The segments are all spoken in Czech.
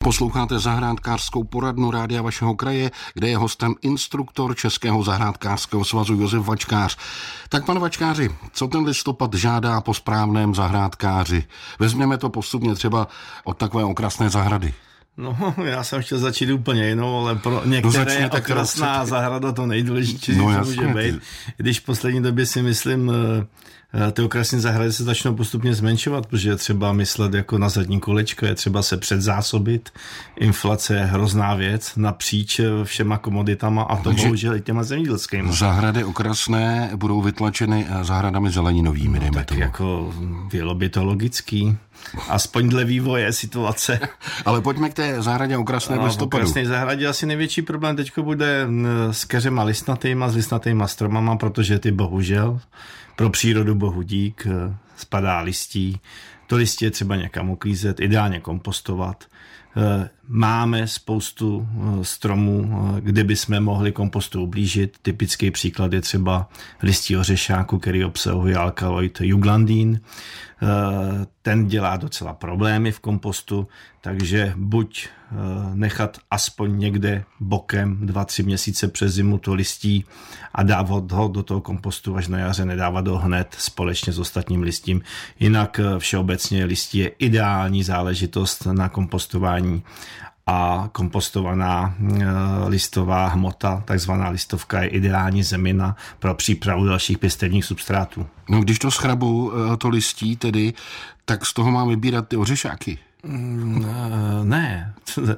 Posloucháte zahrádkářskou poradnu Rádia vašeho kraje, kde je hostem instruktor Českého zahrádkářského svazu Josef Vačkář. Tak pane Vačkáři, co ten listopad žádá po správném zahrádkáři? Vezměme to postupně třeba od takové okrasné zahrady. No, já jsem chtěl začít úplně jinou, ale pro některé je ta krásná zahrada to nejdůležitější, co může být. Když v poslední době si myslím, ty okrasné zahrady se začnou postupně zmenšovat, protože je třeba myslet jako na zadní kolečko, je třeba se předzásobit. Inflace je hrozná věc napříč všema komoditama a to bohužel i těma zemědělskými. Zahrady okrasné budou vytlačeny zahradami zeleninovými, no, tak tomu. Jako bylo by to logický. Aspoň dle vývoje situace. Ale pojďme k té zahradě okrasné v listopadu. V okrasné zahradě asi největší problém teďko bude s keřema listnatýma, s listnatýma stromama, protože ty bohužel pro přírodu bohu dík spadá listí. To listí je třeba někam uklízet, ideálně kompostovat. Máme spoustu stromů, kde bychom mohli kompostu ublížit. Typický příklad je třeba listí ořešáku, který obsahuje alkaloid juglandín. Ten dělá docela problémy v kompostu, takže buď nechat aspoň někde bokem 2-3 měsíce přes zimu to listí a dávat ho do toho kompostu až na jaře, nedávat ho hned společně s ostatním listím. Jinak všeobecně listí je ideální záležitost na kompostování a kompostovaná listová hmota, takzvaná listovka, je ideální zemina pro přípravu dalších pěstebních substrátů. No když to schrabu, to listí tedy, tak z toho mám vybírat ty ořešáky. Ne,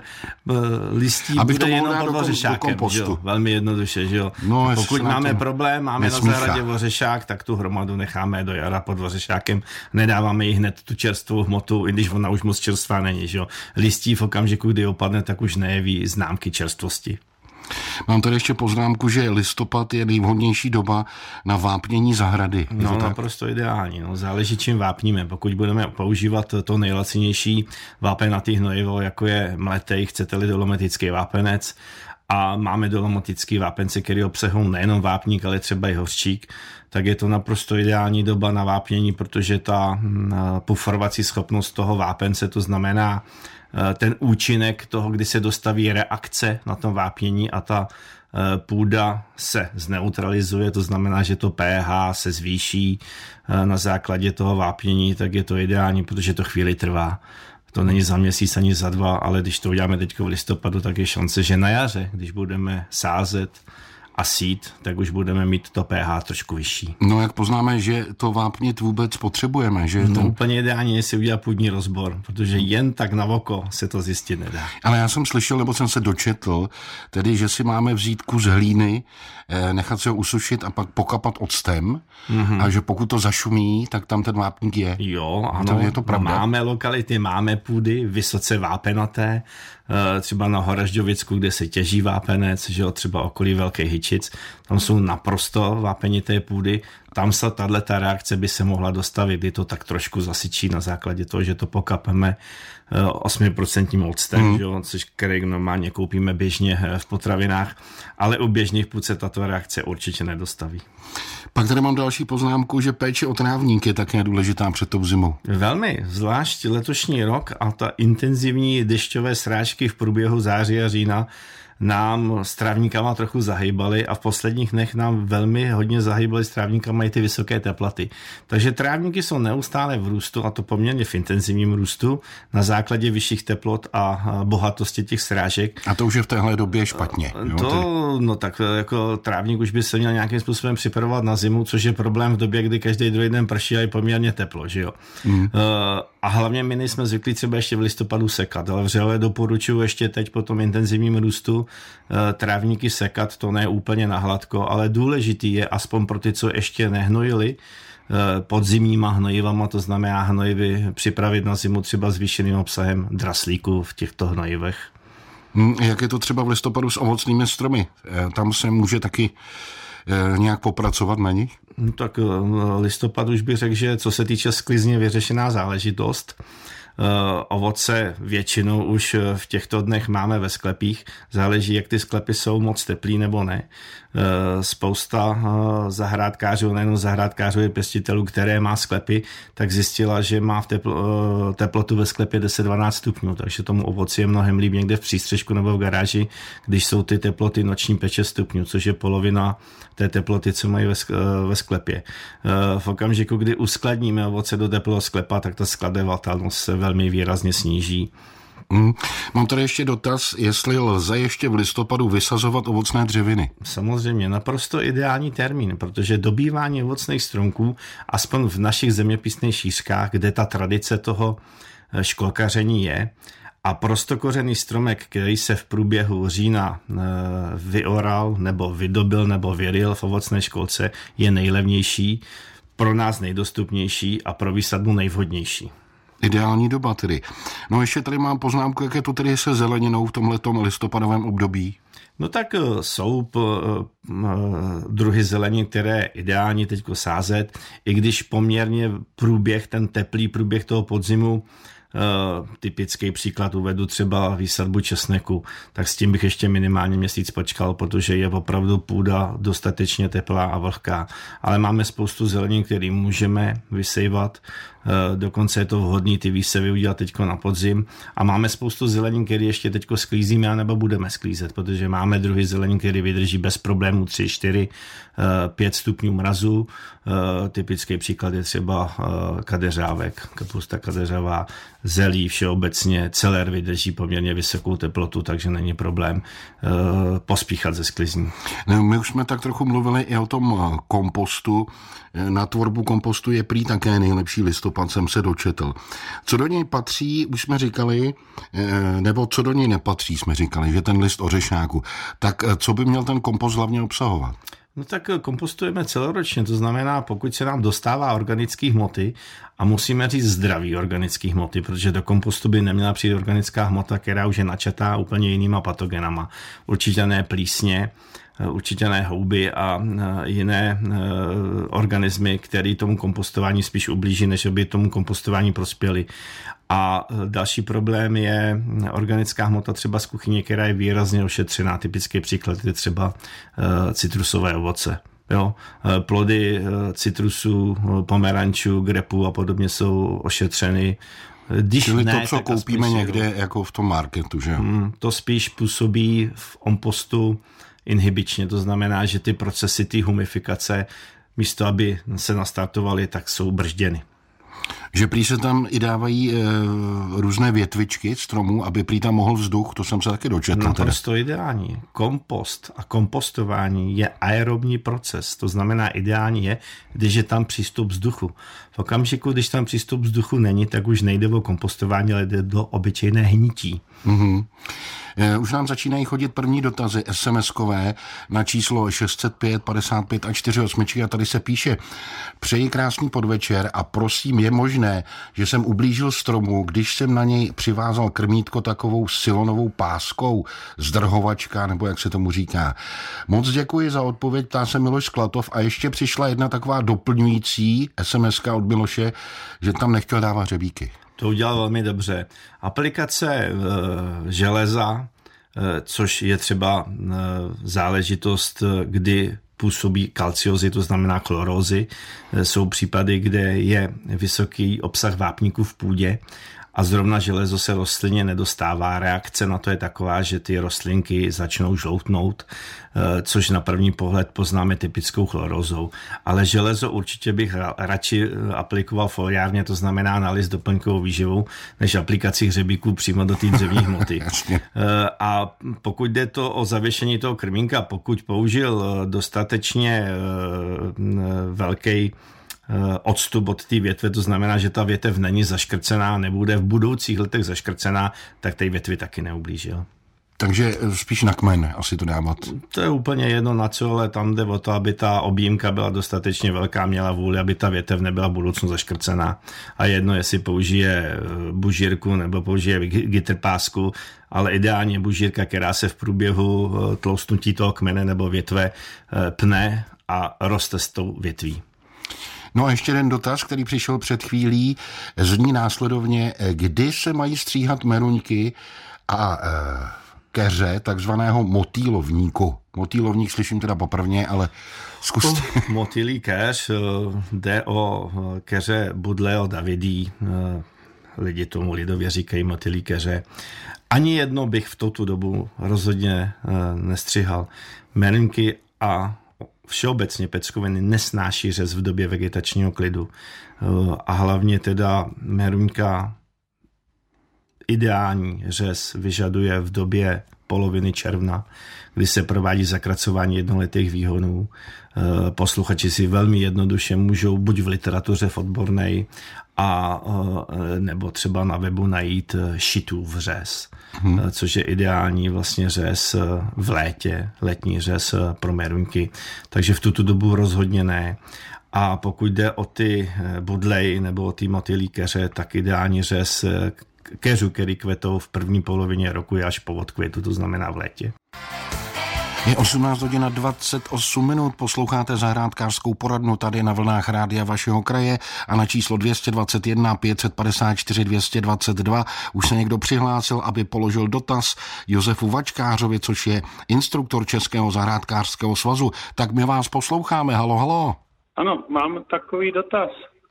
listí abych bude to jenom pod ořešákem, velmi jednoduše, že jo. No, pokud máme problém, máme na zahradě ořešák, tak tu hromadu necháme do jara pod ořešákem, nedáváme jí hned tu čerstvou hmotu, i když ona už moc čerstvá není, že jo. Listí v okamžiku, kdy opadne, tak už nejeví známky čerstvosti. Mám tady ještě poznámku, že listopad je nejvhodnější doba na vápnění zahrady. No, naprosto ideální. No, záleží, čím vápníme. Pokud budeme používat to nejlacinější vápenatý hnojivo, jako je mletej, chcete-li dolomitický vápenec, a máme dolomitický vápence, který obsahují nejenom vápník, ale třeba i hořčík, tak je to naprosto ideální doba na vápnění, protože ta pufrovací schopnost toho vápence, to znamená ten účinek toho, kdy se dostaví reakce na tom vápnění a ta půda se zneutralizuje, to znamená, že to pH se zvýší na základě toho vápnění, tak je to ideální, protože to chvíli trvá. To není za měsíc ani za 2, ale když to uděláme teď v listopadu, tak je šance, že na jaře, když budeme sázet a sít, tak už budeme mít to pH trošku vyšší. No jak poznáme, že to vápnit vůbec potřebujeme? Že no úplně ideálně je si udělat půdní rozbor, protože jen tak na oko se to zjistit nedá. Ale já jsem slyšel, nebo jsem se dočetl, tedy, že si máme vzít kus hlíny, nechat se ho usušit a pak pokapat octem a že pokud to zašumí, tak tam ten vápník je. Jo, ano, je to pravda. Máme lokality, máme půdy vysoce vápenaté, třeba na Horažďovicku, kde se těží vápenec, že jo, třeba okolí Velkých Hyčic, tam jsou naprosto vápenité půdy, tam se tato reakce by se mohla dostavit, kdy to tak trošku zasyčí na základě toho, že to pokapeme 8% octem, že jo, což který normálně koupíme běžně v potravinách, ale u běžných půd se tato reakce určitě nedostaví. Pak tady mám další poznámku, že péče o trávník je také důležitá před tou zimou. Velmi, zvlášť letošní rok a ta intenzivní dešťové srážky v průběhu září a října nám s trávníkama trochu zahýbaly a v posledních dnech nám velmi hodně zahýbaly s trávníkama i ty vysoké teploty. Takže trávníky jsou neustále v růstu a to poměrně v intenzivním růstu na základě vyšších teplot a bohatosti těch srážek. A to už je v téhle době špatně. No tak jako trávník už by se měl nějakým způsobem připravovat na zimu, což je problém v době, kdy každý druhý den prší a je poměrně teplo, že jo. A hlavně my nejsme zvyklí třeba ještě v listopadu sekat, ale vřele doporučuji ještě teď po tom intenzivním růstu trávníky sekat, to ne úplně na hladko, ale důležitý je aspoň pro ty, co ještě nehnojili podzimníma hnojivama, to znamená hnojivy připravit na zimu třeba zvýšeným obsahem draslíku v těchto hnojivech. Jak je to třeba v listopadu s ovocnými stromy? Tam se může taky nějak popracovat na nich? Tak listopad už bych řekl, že co se týče sklizně vyřešená záležitost. Ovoce většinou už v těchto dnech máme ve sklepích. Záleží, jak ty sklepy jsou moc teplý nebo ne. Spousta zahrádkářů, nejenom zahrádkářů, je pěstitelů, které má sklepy, tak zjistila, že má v teplotu ve sklepě 10-12 stupňů, takže tomu ovoci je mnohem líp někde v přístřešku nebo v garáži, když jsou ty teploty noční 5-6 stupňů, což je polovina té teploty, co mají ve sklepě. V okamžiku, kdy uskladníme ovoce do teplého sklepa, tak ta skladovatelnost se velmi výrazně sníží. Mám tady ještě dotaz, jestli lze ještě v listopadu vysazovat ovocné dřeviny. Samozřejmě, naprosto ideální termín, protože dobývání ovocných stromků, aspoň v našich zeměpisných šířkách, kde ta tradice toho školkaření je, a prostokořený stromek, který se v průběhu října vyoral nebo vydobil nebo vyril v ovocné školce, je nejlevnější, pro nás nejdostupnější a pro výsadbu nejvhodnější. Ideální doba tedy. No ještě tady mám poznámku, jak je to tedy se zeleninou v tomhletom listopadovém období. No tak jsou druhy zelenin, které je ideální teďko sázet, i když poměrně ten teplý průběh toho podzimu, typický příklad uvedu třeba výsadbu česneku, tak s tím bych ještě minimálně měsíc počkal, protože je opravdu půda dostatečně teplá a vlhká. Ale máme spoustu zelenin, které můžeme vysejvat, dokonce je to vhodný ty výsevy udělat teďko na podzim a máme spoustu zelenin, které ještě teďko sklízíme a nebo budeme sklízet, protože máme druhy zelenin, které vydrží bez problémů 3, 4, 5 stupňů mrazu. Typický příklad je třeba kadeřávek, kapusta kadeřavá, zelí všeobecně, celer vydrží poměrně vysokou teplotu, takže není problém pospíchat ze sklizní. No, my už jsme tak trochu mluvili i o tom kompostu. Na tvorbu kompostu je prý také nejlepší listopad, jsem se dočetl. Co do něj patří, už jsme říkali, nebo co do něj nepatří, jsme říkali, že ten list ořešáku. Tak co by měl ten kompost hlavně obsahovat? No tak kompostujeme celoročně, to znamená, pokud se nám dostává organické hmoty, a musíme říct zdraví organické hmoty, protože do kompostu by neměla přijít organická hmota, která už je načatá úplně jinýma patogenama. Určitě ne plísně, určitě ne houby a jiné organismy, které tomu kompostování spíš ublíží, než by tomu kompostování prospěly. A další problém je organická hmota třeba z kuchyně, která je výrazně ošetřená. Typický příklad je třeba citrusové ovoce. Jo, plody citrusů, pomerančů, grapů a podobně jsou ošetřeny. Čili to, co koupíme někde jako v tom marketu, že? To spíš působí v kompostu inhibičně, to znamená, že ty procesy, ty humifikace, místo aby se nastartovaly, tak jsou bržděny. Že prý se tam i dávají různé větvičky stromů, aby prý tam mohl vzduch, to jsem se taky dočetl. Naprosto ideální. Kompost a kompostování je aerobní proces, to znamená ideální je, když je tam přístup vzduchu. V okamžiku, když tam přístup vzduchu není, tak už nejde o kompostování, ale jde do obyčejné hnití. Mm-hmm. Už nám začínají chodit první dotazy SMS-kové na číslo 605 55 a 48 a tady se píše: přeji krásný podvečer a prosím, je možné, že jsem ublížil stromu, když jsem na něj přivázal krmítko takovou silonovou páskou, zdrhovačka, nebo jak se tomu říká. Moc děkuji za odpověď, ptá se Miloš Sklatov a ještě přišla jedna taková doplňující SMS-ka od Miloše, že tam nechtěl dávat hřebíky. To udělal velmi dobře. Aplikace železa, což je třeba záležitost, kdy působí kalciozy, to znamená chlorózy. Jsou případy, kde je vysoký obsah vápníku v půdě a zrovna železo se rostlině nedostává. Reakce na to je taková, že ty rostlinky začnou žloutnout, což na první pohled poznáme typickou chlorózou. Ale železo určitě bych radši aplikoval foliárně, to znamená na list doplňkovou výživou, než aplikací hřebíků přímo do té dřevní hmoty. A pokud jde to o zavěšení toho krmínka, pokud použil dostatečně velký odstup od té větve, to znamená, že ta větev není zaškrcená, nebude v budoucích letech zaškrcená, tak té větvi taky neublížil. Takže spíš na kmen asi to dávat. To je úplně jedno na co, ale tam jde o to, aby ta objímka byla dostatečně velká, měla vůli, aby ta větev nebyla v budoucnu zaškrcená. A jedno, jestli použije bužírku nebo použije gitrpásku, ale ideálně bužírka, která se v průběhu tloustnutí toho kmene nebo větve pne a roste s tou větví. No a ještě jeden dotaz, který přišel před chvílí, zní následovně, kdy se mají stříhat meruňky a keře takzvaného motýlovníku. Motýlovník slyším teda poprvně, ale zkuste. Motýlí keř, jde o keře Budleho Davidí, lidi tomu lidově říkají motýlí keře. Ani jedno bych v tu dobu rozhodně nestřihal. Meruňky a všeobecně peckoviny nesnáší řez v době vegetačního klidu. A hlavně teda meruňka ideální řez vyžaduje v době poloviny června, kdy se provádí zakracování jednoletých výhonů. Posluchači si velmi jednoduše můžou buď v literatuře v odbornej a nebo třeba na webu najít šitův řez, což je ideální vlastně řez v létě, letní řez pro meruňky. Takže v tuto dobu rozhodně ne. A pokud jde o ty budlej nebo o ty motýlí keře, tak ideální řez keřů, který kvetou v první polovině roku až po odkvětu, to znamená v létě. Je 18:28, posloucháte zahrádkářskou poradnu tady na vlnách rádia vašeho kraje a na číslo 221 554 222 už se někdo přihlásil, aby položil dotaz Josefu Vačkářovi, což je instruktor Českého zahrádkářského svazu. Tak my vás posloucháme, halo, halo. Ano, mám takový dotaz.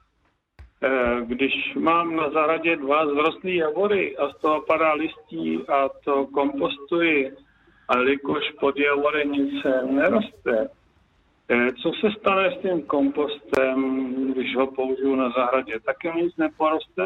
Když mám na zahradě 2 zrostlý javory a z toho padá listí a to kompostuji, a jelikož pod javory nic neroste, co se stane s tím kompostem, když ho použiju na zahradě? Taky nic neporoste,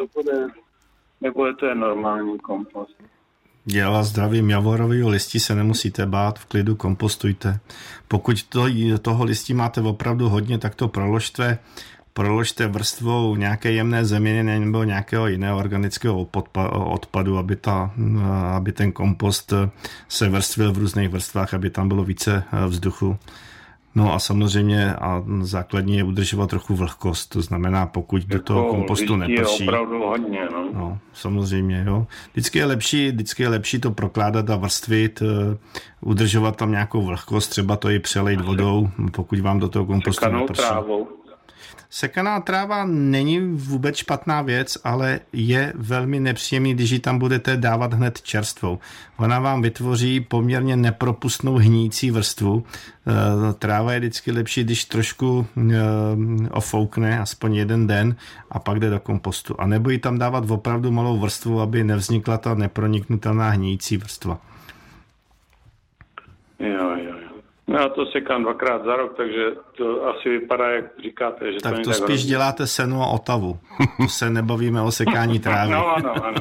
nebo je to normální kompost? Já vás zdravím, javorového listí se nemusíte bát, v klidu kompostujte. Pokud toho listí máte opravdu hodně, tak to proložte vrstvou nějaké jemné zeminy nebo nějakého jiného organického odpadu, aby ten kompost se vrstvil v různých vrstvách, aby tam bylo více vzduchu. No a samozřejmě a základní je udržovat trochu vlhkost, to znamená, pokud do toho kompostu neprší. Je opravdu hodně, no. No, samozřejmě, jo. Vždycky je lepší to prokládat a vrstvit, udržovat tam nějakou vlhkost, třeba to i přelejt vodou, pokud vám do toho kompostu neprší. Sekaná tráva není vůbec špatná věc, ale je velmi nepříjemný, když ji tam budete dávat hned čerstvou. Ona vám vytvoří poměrně nepropustnou hníjící vrstvu. Tráva je vždycky lepší, když trošku ofoukne, aspoň jeden den, a pak jde do kompostu. A nebo ji tam dávat opravdu malou vrstvu, aby nevznikla ta neproniknutelná hníjící vrstva. Jo. No já to sekám 2krát za rok, takže to asi vypadá, jak říkáte, že tak to to spíš hrozný. Děláte senu a otavu. To se nebavíme o sekání trávy. No.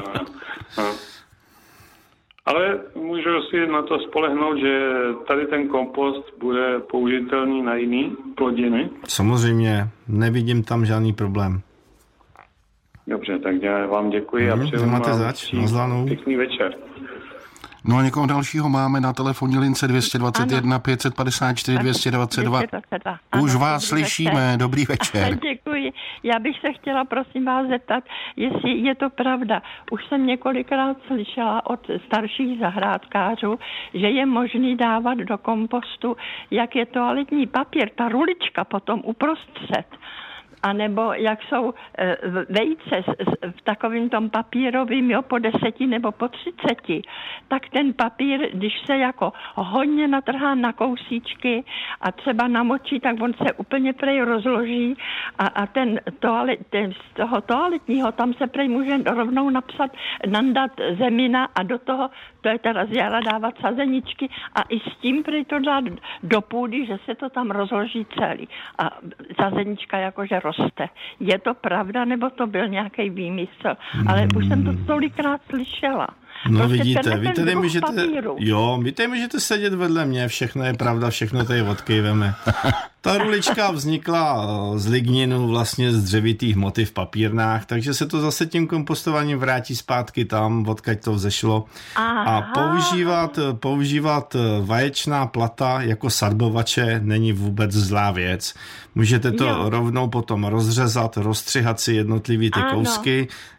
Ale můžu si na to spolehnout, že tady ten kompost bude použitelný na jiný plodiny? Samozřejmě, nevidím tam žádný problém. Dobře, tak já vám děkuji a přeju vám pěkný večer. No a někoho dalšího máme na telefonní lince 221 554 222. Už vás slyšíme, dobrý večer. Děkuji. Já bych se chtěla prosím vás zeptat, jestli je to pravda. Už jsem několikrát slyšela od starších zahrádkářů, že je možný dávat do kompostu, jak je toaletní papír, ta rulička potom uprostřed. A nebo jak jsou vejce v takovým tom papírovým, po 10 nebo po 30, tak ten papír, když se jako hodně natrhá na kousíčky a třeba namočí, tak on se úplně prej rozloží a ten z toho toaletního, tam se prej může rovnou nandat zemina a do toho, to je teda z jara dávat sazeničky a i s tím prej to dát do půdy, že se to tam rozloží celý. A sazenička jakože roste. Je to pravda, nebo to byl nějaký výmysl? Ale už jsem to tolikrát slyšela. No prostě vidíte, vy tady můžete sedět vedle mě, všechno je pravda, všechno tady odkejveme. Ta rulička vznikla z ligninu, vlastně z dřevitých hmoty v papírnách, takže se to zase tím kompostováním vrátí zpátky tam, odkud to vzešlo. Aha. A používat vaječná plata jako sadbovače není vůbec zlá věc. Můžete to rovnou potom rozřezat, rozstřihat si jednotlivý ty kousky,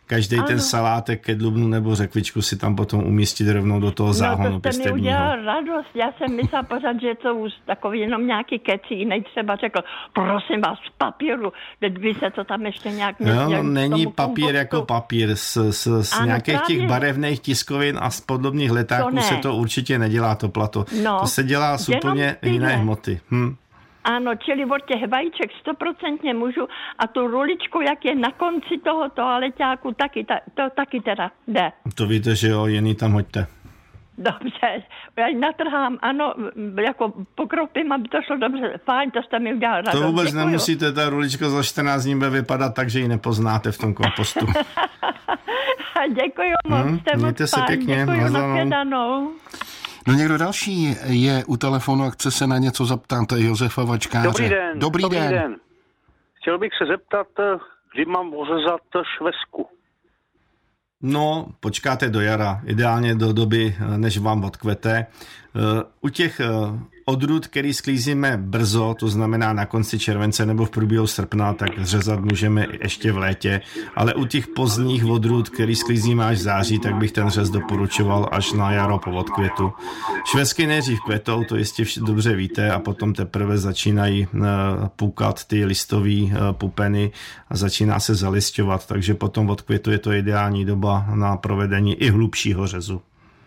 každý ten salátek, kedlubnu nebo řekvičku si tam potom umístit rovnou do toho záhonu. No to jste mi udělal radost. Já jsem myslela pořád, že to už takový jenom nějaký kecí. Třeba řekl, prosím vás, z papíru. By se to tam ještě nějak no, není papír jako papír. Z nějakých těch barevných tiskovin a z podobných letáků se to určitě nedělá to plato. No, to se dělá z úplně jiné hmoty. Ano, čili od těch vajíček 100% můžu a tu ruličku, jak je na konci toho toaleťáku, to taky teda jde. To víte, že jo, jiný tam hoďte. Dobře, já ji natrhám, ano, jako pokropím, aby to šlo dobře. Fajn, to jste mi udělal radost. To vůbec Děkuju. Nemusíte, ta rulička za 14 dní bude vypadat tak, že ji nepoznáte v tom kompostu. Děkuju moc, jste mějte moc se fajn. pěkně, Děkuju, nashledanou. No někdo další je u telefonu a chce se na něco zeptat Josefa Vačkáře. Dobrý den. Chtěl bych se zeptat, kdy mám ořezat švestku. No, počkáte do jara, ideálně do doby, než vám odkvete. U těch odrůd, který sklízíme brzo, to znamená na konci července nebo v průběhu srpna, tak řezat můžeme ještě v létě, ale u těch pozdních odrůd, který sklízíme až v září, tak bych ten řez doporučoval až na jaro po odkvětu. Švestky nejdřív kvetou, to jistě dobře víte, a potom teprve začínají pukat ty listové pupeny a začíná se zalisťovat, takže potom odkvětu je to ideální doba na provedení i hlubšího řezu.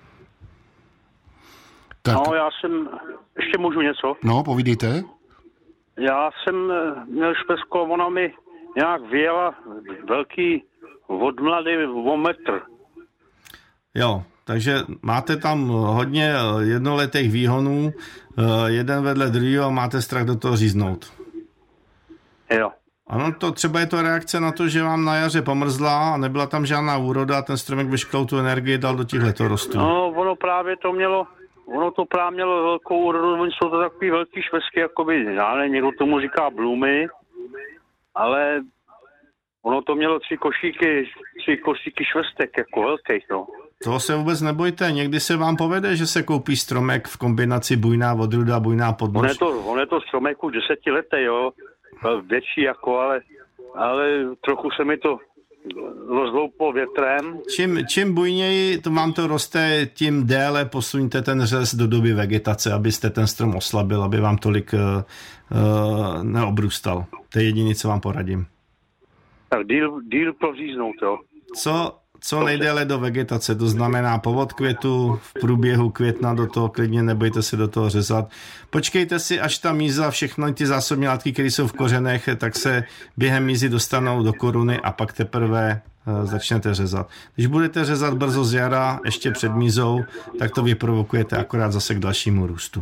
Tak. No, já jsem... Ještě můžu něco? No, povídejte. Já jsem měl švestku, ona mi nějak vyjela velký od mladý o metr. Jo, takže máte tam hodně jednoletých výhonů, jeden vedle druhého a máte strach do toho říznout. Jo. Ano, to třeba je to reakce na to, že vám na jaře pomrzla a nebyla tam žádná úroda a ten stromek veškerou tu energii dal do těch letorostů. No, ono to právě mělo velkou úrodu, jsou to takový velký švestky, jakoby, já nevím, někdo tomu říká blumy, ale ono to mělo 3 košíky švestek, jako velkých, no. Toho se vůbec nebojte, někdy se vám povede, že se koupí stromek v kombinaci bujná odrůda, bujná podlož. On je to stromek už 10 letý, jo, větší jako, ale trochu se mi to rozlouplo větrem. Čím bujněji to vám to roste, tím déle posuňte ten řez do doby vegetace, abyste ten strom oslabil, aby vám tolik neobrůstal. To je jediné, co vám poradím. Tak díl proříznout, jo. Co nejdéle do vegetace, to znamená po odkvětu, v průběhu května do toho klidně, nebojte se do toho řezat. Počkejte si, až ta míza, všechny ty zásobní látky, které jsou v kořenech, tak se během mízy dostanou do koruny a pak teprve začnete řezat. Když budete řezat brzo z jara, ještě před mízou, tak to vyprovokujete akorát zase k dalšímu růstu.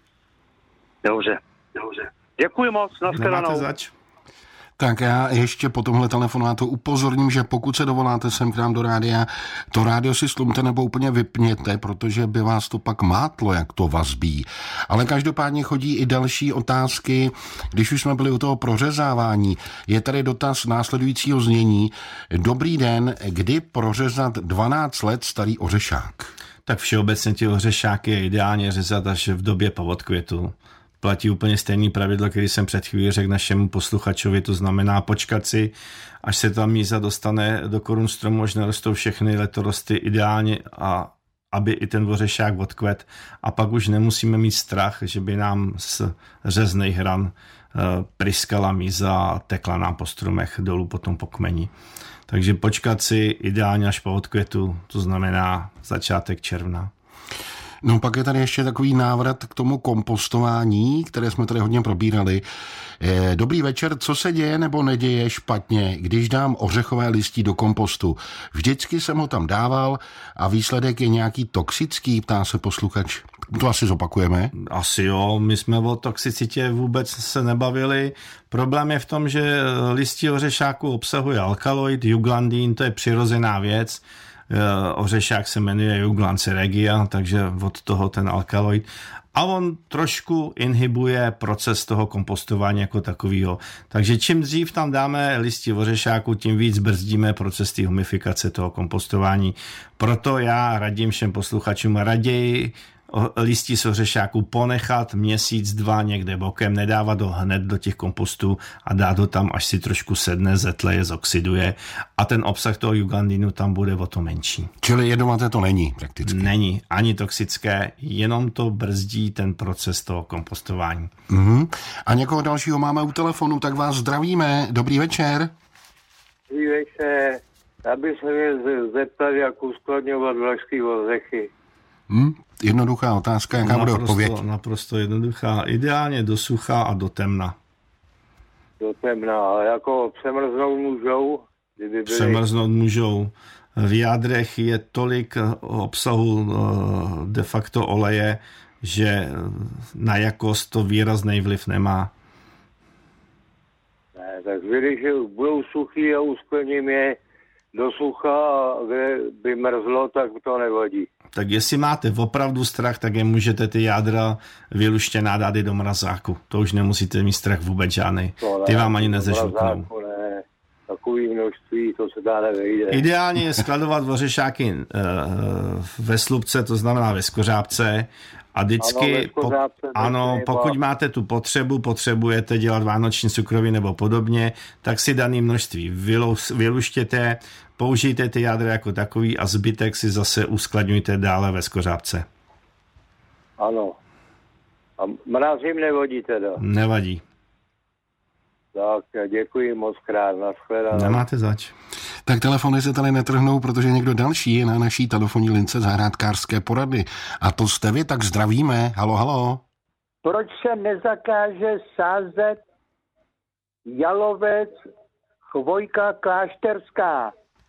Dobře. Děkuji moc, nashledanou. Nemáte zač. Tak já ještě po tomhle telefonátu upozorním, že pokud se dovoláte sem k nám do rádia, to rádio si slumte nebo úplně vypněte, protože by vás to pak mátlo, jak to vazbí. Ale každopádně chodí i další otázky. Když už jsme byli u toho prořezávání, je tady dotaz následujícího znění. Dobrý den, kdy prořezat 12 let starý ořešák? Tak všeobecně ty ořešáky je ideálně řezat až v době po odkvětu. Platí úplně stejný pravidlo, který jsem před chvílí řekl našemu posluchačovi, to znamená počkat si, až se ta míza dostane do korun stromu, až narostou všechny letorosty ideálně, a aby i ten ořešák odkvet, a pak už nemusíme mít strach, že by nám z řezných hran pryskala míza a tekla nám po stromech dolů potom po kmeni. Takže počkat si ideálně až po odkvětu, to znamená začátek června. No pak je tady ještě takový návrat k tomu kompostování, které jsme tady hodně probírali. Dobrý večer, co se děje nebo neděje špatně, když dám ořechové listí do kompostu? Vždycky jsem ho tam dával a výsledek je nějaký toxický, ptá se posluchač. To asi zopakujeme. Asi jo, my jsme o toxicitě vůbec se nebavili. Problém je v tom, že listí ořešáku obsahuje alkaloid, juglandín, to je přirozená věc. Ořešák se jmenuje Juglans regia, takže od toho ten alkaloid. A on trošku inhibuje proces toho kompostování jako takového. Takže čím dřív tam dáme listí ořešáku, tím víc brzdíme proces té humifikace toho kompostování. Proto já radím všem posluchačům raději listí z ořešáku ponechat měsíc, 2 někde bokem, nedávat ho hned do těch kompostů a dát ho tam, až si trošku sedne, zetleje, zoxiduje a ten obsah toho jugandinu tam bude o to menší. Čili jedovaté to není prakticky. Není ani toxické, jenom to brzdí ten proces toho kompostování. A někoho dalšího máme u telefonu, tak vás zdravíme. Dobrý večer. Dobrý večer. Já bych se měl zeptat, jak uskladňovat vlašský ořechy. Jednoduchá otázka, jaká bude odpověď? Naprosto jednoduchá. Ideálně do sucha a do temna. Do temna, ale jako přemrznout můžou? Přemrznout můžou. V jádrech je tolik obsahu de facto oleje, že na jakost to výrazný vliv nemá. Ne, tak když budou suchý a uskladním je do sucha, kde by mrzlo, tak to nevadí. Tak jestli máte opravdu strach, tak je můžete ty jádra vyluštěná dát i do mrazáku. To už nemusíte mít strach vůbec žádný. Ty vám ani nezežluknou. Ne, takový množství, to se dá nevejde. Ideálně je skladovat ořešáky ve slupce, to znamená ve skořápce. A vždycky, pokud máte tu potřebujete dělat vánoční cukroví nebo podobně, tak si daný množství vyluštěte, použijte ty jádra jako takový a zbytek si zase uskladňujte dále ve skořápce. Ano. A mráz jim nevadí teda? Nevadí. Tak, děkuji moc krát. Nashledanou. Nemáte zač. Tak telefony se tady netrhnou, protože někdo další je na naší telefonní lince zahrádkářské porady. A to jste vy, tak zdravíme. Halo, halo. Proč se nezakáže sázet jalovec chvojka klášterská?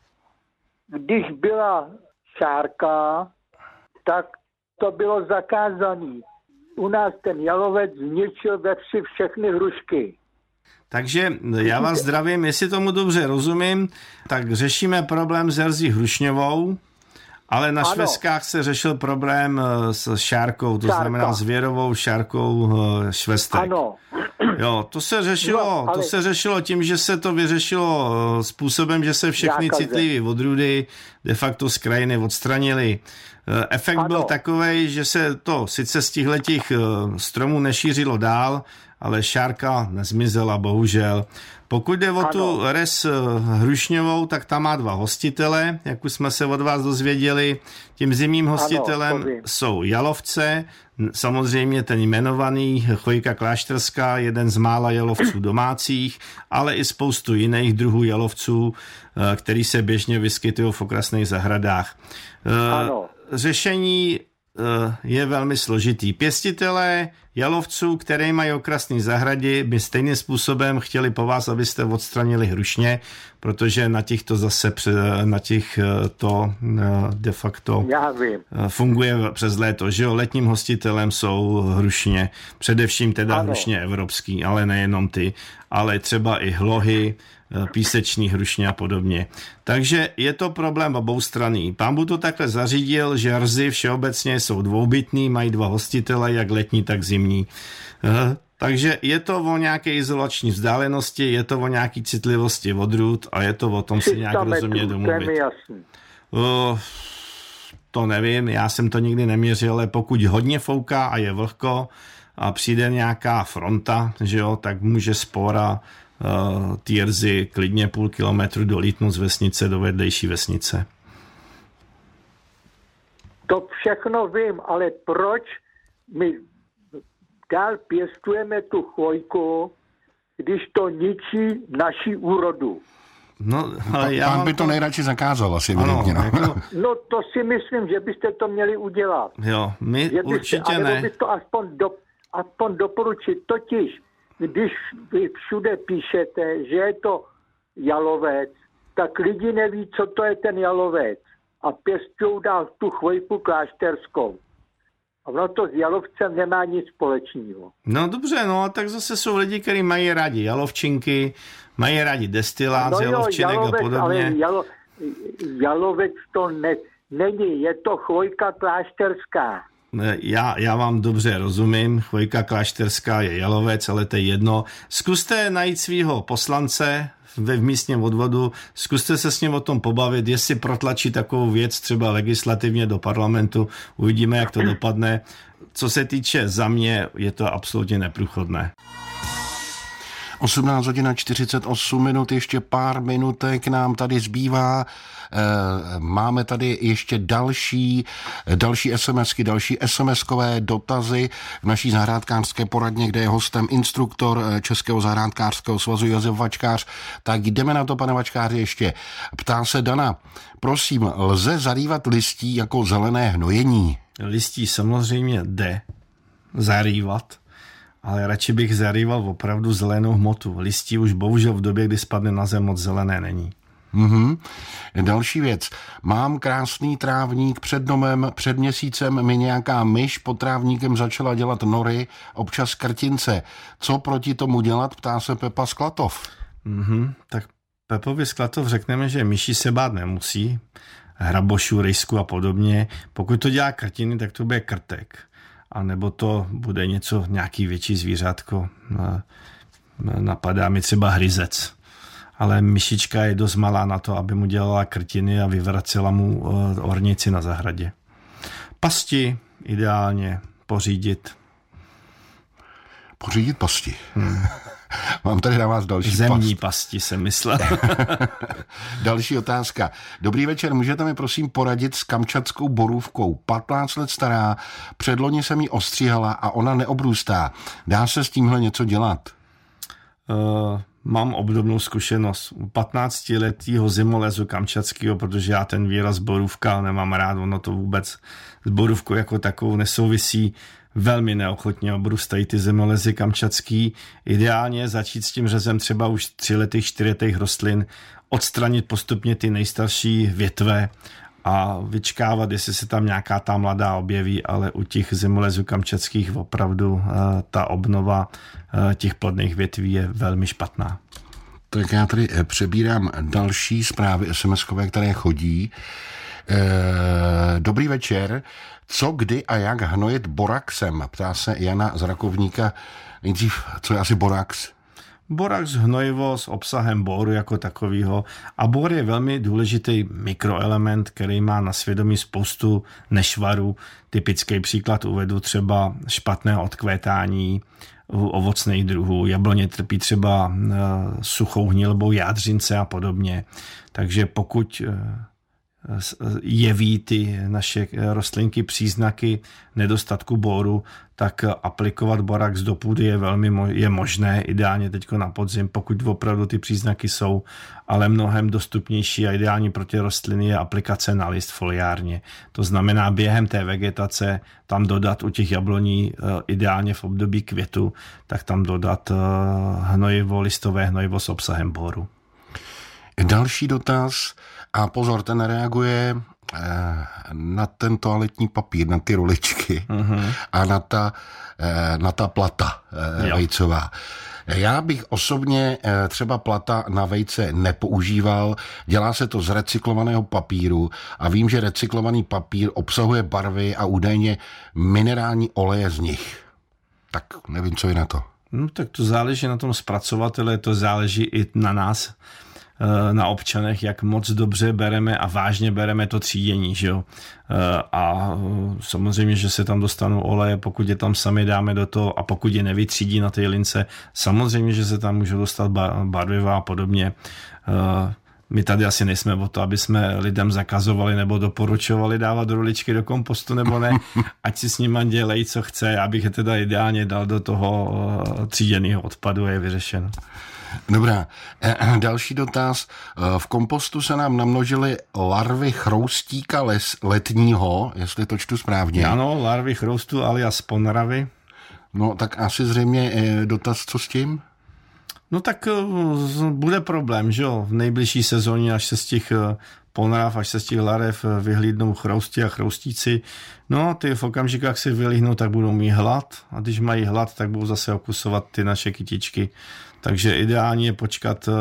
Když byla šárka, tak to bylo zakázané. U nás ten jalovec zničil ve vsi všechny hrušky. Takže já vás zdravím, jestli tomu dobře rozumím, tak řešíme problém s erzí hrušňovou, ale na Švestkách se řešil problém s šárkou, to znamená s věrovou šárkou švestek. Ano. Jo, to se řešilo tím, že se to vyřešilo způsobem, že se všechny citlivé odrůdy de facto z krajiny odstranily. Efekt byl takovej, že se to sice z těchhletích stromů nešířilo dál, ale šárka nezmizela, bohužel. Pokud jde o tu res hrušňovou, tak ta má 2 hostitele, jak už jsme se od vás dozvěděli. Tím zimním hostitelem jsou jalovce, samozřejmě ten jmenovaný chvojka klášterská, jeden z mála jalovců domácích, ale i spoustu jiných druhů jalovců, který se běžně vyskytují v okrasných zahradách. Řešení je velmi složitý. Pěstitelé jalovců, které mají okrasné zahrady, by stejným způsobem chtěli po vás, abyste odstranili hrušně, protože na těch to zase de facto funguje přes léto, že jo? Letním hostitelem jsou hrušně, především teda hrušně evropský, ale nejenom ty, ale třeba i hlohy, píseční hrušně a podobně. Takže je to problém oboustranný. Pán Bůh to takhle zařídil, že rzy všeobecně jsou dvoubytný, mají 2 hostitele, jak letní, tak zimní. Takže je to o nějaké izolační vzdálenosti, je to o nějaké citlivosti odrůd a je to o tom si nějak rozumně domluvit. To nevím, já jsem to nikdy neměřil, ale pokud hodně fouká a je vlhko a přijde nějaká fronta, že jo, tak může spora ty rzy klidně půl kilometru dolítnout z vesnice do vedlejší vesnice. To všechno vím, ale proč my dál pěstujeme tu chvojku, když to ničí naši úrodu? No, ale pán by to nejradši zakázal asi. No to si myslím, že byste to měli udělat. Jo, my určitě ne. Nebo to aspoň doporučit. Totiž, když vy všude píšete, že je to jalovec, tak lidi neví, co to je ten jalovec. A pěstujou dál tu chvojku klášterskou. A ono to s jalovcem nemá nic společného. No dobře, no a tak zase jsou lidi, kteří mají rádi jalovčinky, mají rádi destilát z jalovčinek a podobně. Ale jalovec to není, je to chvojka klášterská. Já vám dobře rozumím, Chvojka Klášterská je jalovec, ale to je jedno. Zkuste najít svého poslance v místním odvodu, zkuste se s ním o tom pobavit, jestli protlačí takovou věc třeba legislativně do parlamentu, uvidíme, jak to dopadne. Co se týče za mě, je to absolutně neprůchodné. 18 hodin a 48 minut, ještě pár minutek nám tady zbývá. Máme tady ještě další SMSky, další SMS-kové dotazy v naší zahrádkářské poradně, kde je hostem instruktor Českého zahrádkářského svazu Josef Vačkář. Tak jdeme na to, pane Vačkáři, ještě. Ptá se Dana, prosím, lze zarývat listí jako zelené hnojení? Listí samozřejmě jde zarývat, ale radši bych zarýval opravdu zelenou hmotu. Listí už bohužel v době, kdy spadne na zem, moc zelené není. Další věc. Mám krásný trávník před domem, před měsícem mi nějaká myš pod trávníkem začala dělat nory, občas krtince. Co proti tomu dělat, ptá se Pepa z Klatov. Tak Pepovi z Klatov řekneme, že myši se bát nemusí, hrabošů, rejsku a podobně. Pokud to dělá krtiny, tak to bude krtek. A nebo to bude nějaký větší zvířátko. Napadá mi třeba hryzec. Ale myšička je dost malá na to, aby mu dělala krtiny a vyvracela mu ornici na zahradě. Pasti ideálně pořídit. Pořídit pasti? Mám tady na vás další zemní pasti jsem myslel. Další otázka. Dobrý večer, můžete mi prosím poradit s kamčatskou borůvkou? 15 let stará, předloni jsem ji ostříhala a ona neobrůstá. Dá se s tímhle něco dělat? Mám obdobnou zkušenost u 15letého zimolezu kamčatského, protože já ten výraz borůvka nemám rád, ono to vůbec s borůvkou jako takovou nesouvisí. Velmi neochotně obrůstají ty zimolezy kamčatský. Ideálně začít s tím řezem třeba už 3letých, 4letých rostlin, odstranit postupně ty nejstarší větve a vyčkávat, jestli se tam nějaká ta mladá objeví, ale u těch zimolezů kamčatských opravdu ta obnova těch plodných větví je velmi špatná. Tak já tady přebírám další zprávy SMS-kové, které chodí. Dobrý večer. Co, kdy a jak hnojit boraxem? Ptá se Jana z Rakovníka. Nejdřív, co je asi borax? Borax hnojivo s obsahem boru jako takového. A bor je velmi důležitý mikroelement, který má na svědomí spoustu nešvarů. Typický příklad uvedu třeba špatné odkvétání u ovocných druhů. Jabloně trpí třeba suchou hnilbou jádřince a podobně. Takže pokud jeví ty naše rostlinky příznaky nedostatku boru, tak aplikovat borax do půdy je možné, ideálně teď na podzim, pokud opravdu ty příznaky jsou, ale mnohem dostupnější a ideální pro ty rostliny je aplikace na list foliárně. To znamená během té vegetace tam dodat u těch jabloní, ideálně v období květu, tak tam dodat hnojivo, listové hnojivo s obsahem boru. Další dotaz, a pozor, ten reaguje na ten toaletní papír, na ty ruličky a na ta plata vejcová. Já bych osobně třeba plata na vejce nepoužíval, dělá se to z recyklovaného papíru a vím, že recyklovaný papír obsahuje barvy a údajně minerální oleje z nich. Tak nevím, co je na to. No tak to záleží na tom zpracovateli, to záleží i na nás, na občanech, jak moc dobře bereme a vážně bereme to třídění, že jo. A samozřejmě, že se tam dostanou oleje, pokud je tam sami dáme do toho a pokud je nevytřídí na té lince, samozřejmě, že se tam můžou dostat barviva a podobně. My tady asi nejsme o to, aby jsme lidem zakazovali nebo doporučovali dávat ruličky do kompostu nebo ne, ať si s nima dělají, co chce. Já bych je teda ideálně dal do toho tříděného odpadu a je vyřešeno. Dobrá, další dotaz. V kompostu se nám namnožily larvy chroustíka letního, jestli to čtu správně. Ano, larvy chroustu alias ponravy. No tak asi zřejmě dotaz, co s tím? No tak bude problém, že jo, v nejbližší sezóně, až se z těch ponrav, až se z těch larev vyhlídnou chrousti a chroustíci. No, ty v okamžiku, jak se vylíhnou, tak budou mít hlad a když mají hlad, tak budou zase okusovat ty naše kytičky. Takže ideálně je počkat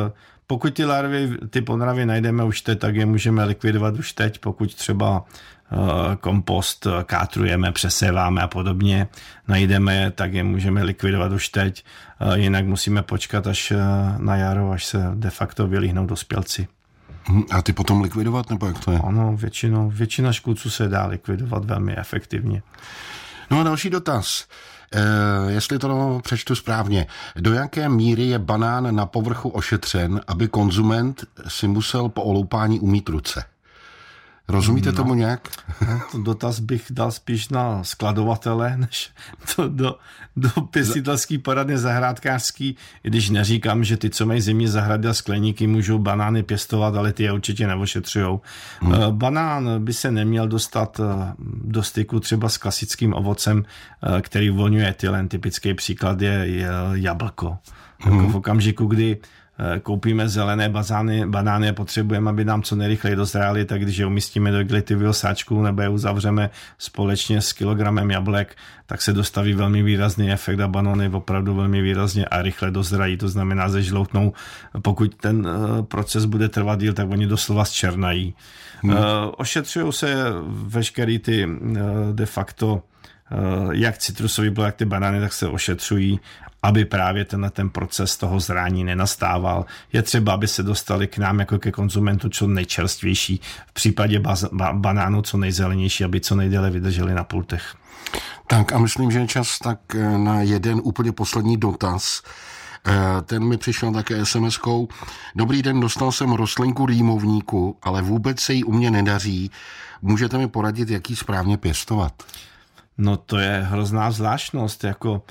Pokud ty larvy, ty ponravy najdeme už teď, tak je můžeme likvidovat už teď, pokud třeba kompost kátrujeme, přeséváme a podobně, najdeme je, tak je můžeme likvidovat už teď, jinak musíme počkat až na jaro, až se de facto vylíhnou dospělci. A ty potom likvidovat, nebo jak to je? Ano, většina škůdců se dá likvidovat velmi efektivně. No a další dotaz. Jestli to přečtu správně, do jaké míry je banán na povrchu ošetřen, aby konzument si musel po oloupání umýt ruce? Rozumíte tomu nějak? To dotaz bych dal spíš na skladovatele, než do pěstitelský poradny zahrádkářský, i když neříkám, že ty, co mají zimní zahrady a skleníky, můžou banány pěstovat, ale ty je určitě neošetřujou. Banán by se neměl dostat do styku třeba s klasickým ovocem, který uvolňuje etylen. Typický příklad je jablko. Jako v okamžiku, kdy koupíme zelené banány a potřebujeme, aby nám co nejrychleji dozrály, tak když je umístíme do igelitového sáčku nebo je uzavřeme společně s kilogramem jablek, tak se dostaví velmi výrazný efekt a banany opravdu velmi výrazně a rychle dozrají. To znamená, zežloutnou. Pokud ten proces bude trvat díl, tak oni doslova zčernají. Ošetřují se veškerý ty de facto jak citrusový plod, jak ty banány, tak se ošetřují, aby právě ten proces toho zrání nenastával. Je třeba, aby se dostali k nám jako ke konzumentu co nejčerstvější, v případě banánu co nejzelenější, aby co nejdéle vydrželi na pultech. Tak a myslím, že je čas tak na jeden úplně poslední dotaz. Ten mi přišel také SMS-kou. Dobrý den, dostal jsem rostlinku rýmovníku, ale vůbec se jí u mě nedaří. Můžete mi poradit, jak ji správně pěstovat? No to je hrozná zvláštnost, jako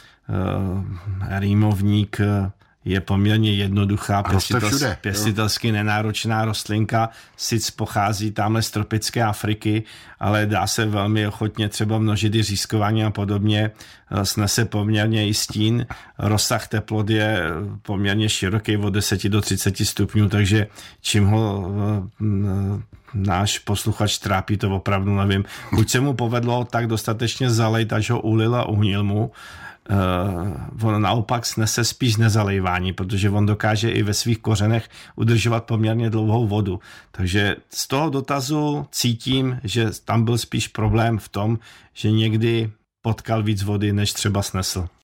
rýmovník je poměrně jednoduchá, pěstitelsky nenáročná rostlinka, sic pochází tamhle z tropické Afriky, ale dá se velmi ochotně třeba množit i řízkování a podobně, snese poměrně i stín, rozsah teplot je poměrně široký od 10 do 30 stupňů, takže čím ho náš posluchač trápí, to opravdu nevím. Buď se mu povedlo tak dostatečně zalejt, až ho ulil a uhnil mu, on naopak snese spíš nezalejvání, protože on dokáže i ve svých kořenech udržovat poměrně dlouhou vodu. Takže z toho dotazu cítím, že tam byl spíš problém v tom, že někdy potkal víc vody, než třeba snesl.